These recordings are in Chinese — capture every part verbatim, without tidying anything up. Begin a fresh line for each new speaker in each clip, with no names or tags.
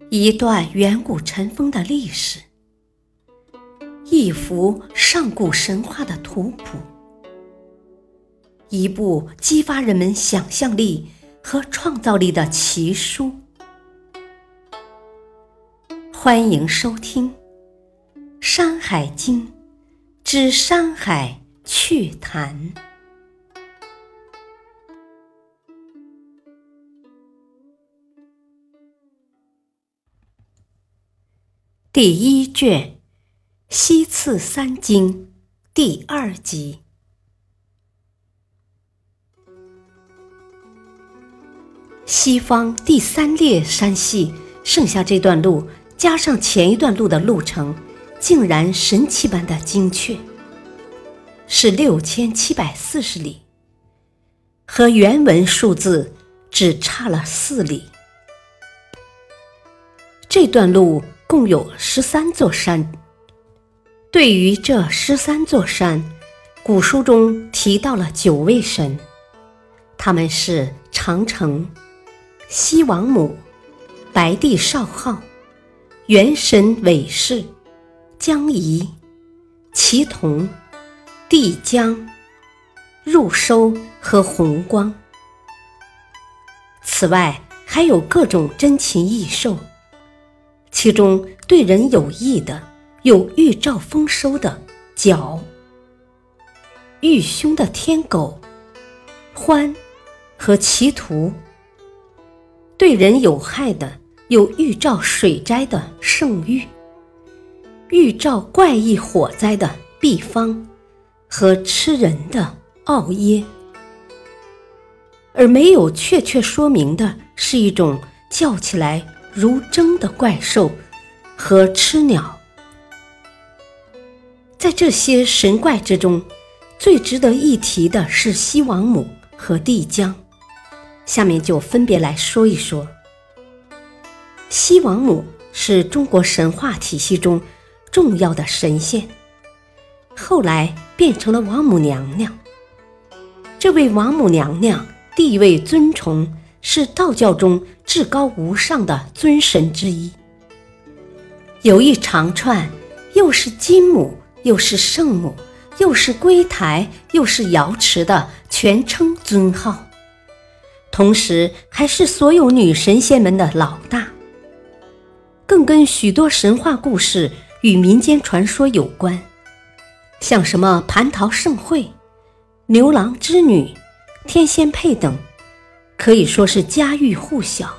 一段远古尘封的历史，一幅上古神话的图谱，一部激发人们想象力和创造力的奇书。欢迎收听《山海经之山海趣谈》第一卷，西次三经第二集。西方第三列山系剩下这段路加上前一段路的路程，竟然神奇般的精确，是六千七百四十里，和原文数字只差了四里。这段路共有十三座山，对于这十三座山，古书中提到了九位神，他们是长城、西王母、白帝少昊、元神韦氏、江夷、祁同、帝江、入收和弘光。此外还有各种珍禽异兽，其中对人有益的有预兆丰收的角，豫凶的天狗獾和奇图，对人有害的有预兆水灾的圣玉，预兆怪异火灾的毕方和吃人的奥耶。而没有确切说明的是一种叫起来如筝的怪兽和吃鸟。在这些神怪之中，最值得一提的是西王母和帝江，下面就分别来说一说。西王母是中国神话体系中重要的神仙，后来变成了王母娘娘。这位王母娘娘地位尊崇，是道教中至高无上的尊神之一，有一长串又是金母又是圣母又是龟台又是瑶池的全称尊号，同时还是所有女神仙们的老大，更跟许多神话故事与民间传说有关，像什么蟠桃盛会、牛郎织女、天仙配等，可以说是家喻户晓。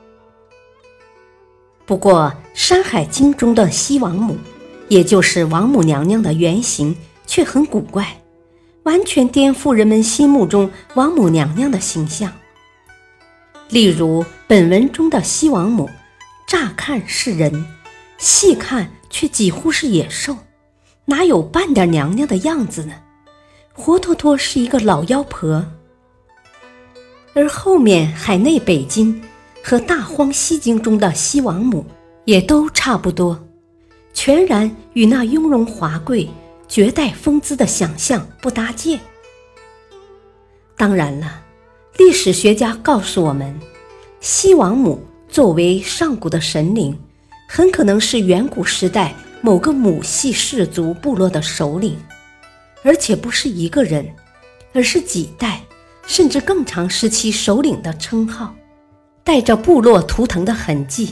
不过《山海经》中的西王母，也就是王母娘娘的原型，却很古怪，完全颠覆人们心目中王母娘娘的形象。例如本文中的西王母，乍看是人，细看却几乎是野兽，哪有半点娘娘的样子呢？活脱脱是一个老妖婆。而后面海内北经和大荒西经中的西王母也都差不多，全然与那雍容华贵、绝代风姿的想象不搭界。当然了，历史学家告诉我们，西王母作为上古的神灵，很可能是远古时代某个母系氏族部落的首领，而且不是一个人，而是几代甚至更长时期首领的称号，带着部落图腾的痕迹。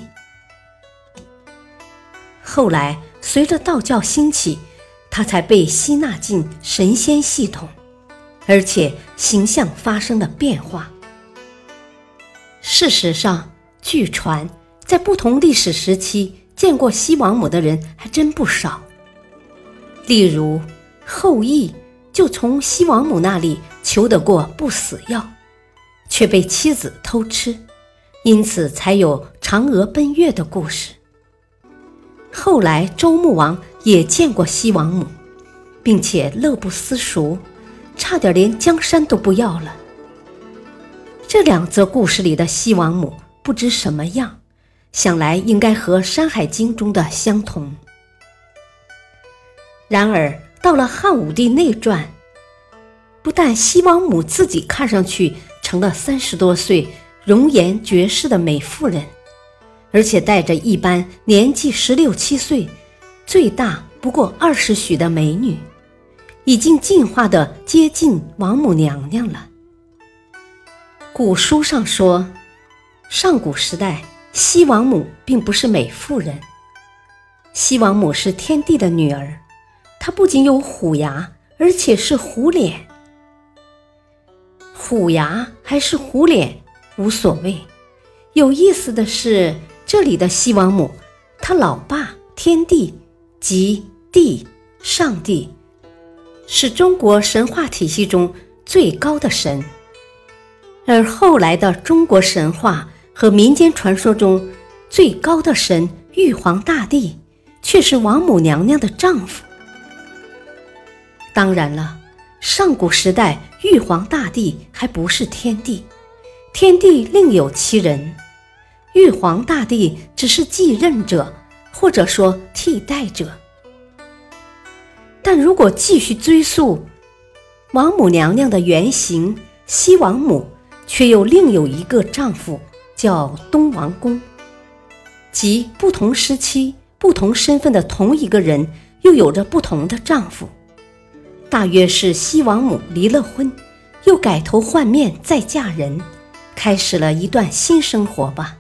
后来随着道教兴起，他才被吸纳进神仙系统，而且形象发生了变化。事实上，据传在不同历史时期见过西王母的人还真不少。例如后羿就从西王母那里求得过不死药，却被妻子偷吃，因此才有嫦娥奔月的故事。后来周穆王也见过西王母，并且乐不思蜀，差点连江山都不要了。这两则故事里的西王母不知什么样，想来应该和《山海经》中的相同。然而到了汉武帝内传，不但西王母自己看上去成了三十多岁容颜绝世的美妇人， 而且带着一般年纪十六七岁，最大不过二十许的美女，已经进化的接近王母娘娘了。古书上说，上古时代西王母并不是美妇人，西王母是天帝的女儿，她不仅有虎牙，而且是虎脸。虎牙还是虎脸无所谓，有意思的是，这里的西王母，她老爸天帝即帝上帝，是中国神话体系中最高的神。而后来的中国神话和民间传说中最高的神玉皇大帝，却是王母娘娘的丈夫。当然了，上古时代玉皇大帝还不是天帝，天帝另有其人，玉皇大帝只是继任者，或者说替代者。但如果继续追溯，王母娘娘的原型西王母却又另有一个丈夫，叫东王公，即不同时期不同身份的同一个人又有着不同的丈夫，大约是西王母离了婚，又改头换面再嫁人，开始了一段新生活吧。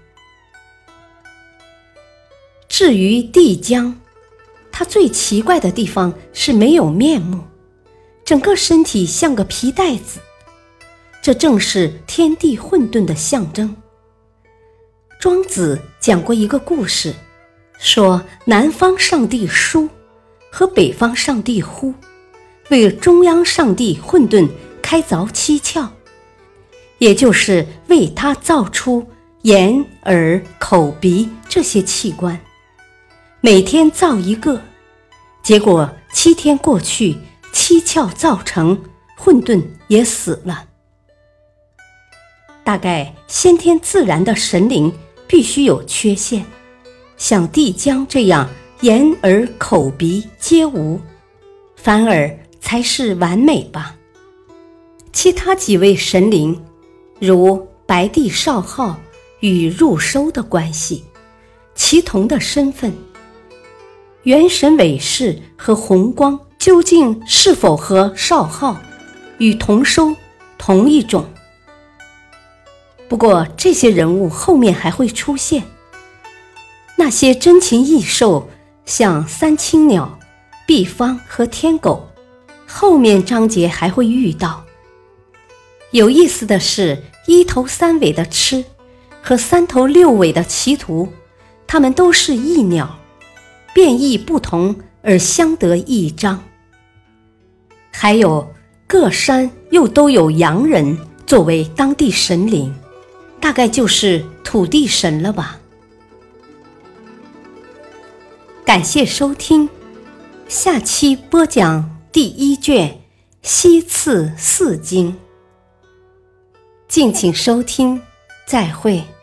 至于帝江，他最奇怪的地方是没有面目，整个身体像个皮带子，这正是天地混沌的象征。庄子讲过一个故事，说南方上帝叔和北方上帝呼为中央上帝混沌开凿七窍，也就是为他造出眼耳口鼻这些器官，每天造一个，结果七天过去，七窍造成，混沌也死了。大概先天自然的神灵必须有缺陷，像帝江这样眼耳口鼻皆无，反而才是完美吧。其他几位神灵，如白帝少昊与入收的关系，其同的身份，元神韦氏和弘光究竟是否和少昊与同收同一种？不过这些人物后面还会出现，那些珍禽异兽，像三青鸟、毕方和天狗，后面章节还会遇到。有意思的是，一头三尾的螭和三头六尾的奇图，它们都是异鸟，变异不同而相得益彰。还有各山又都有洋人作为当地神灵，大概就是土地神了吧。感谢收听，下期播讲第一卷西次四经，敬请收听，再会。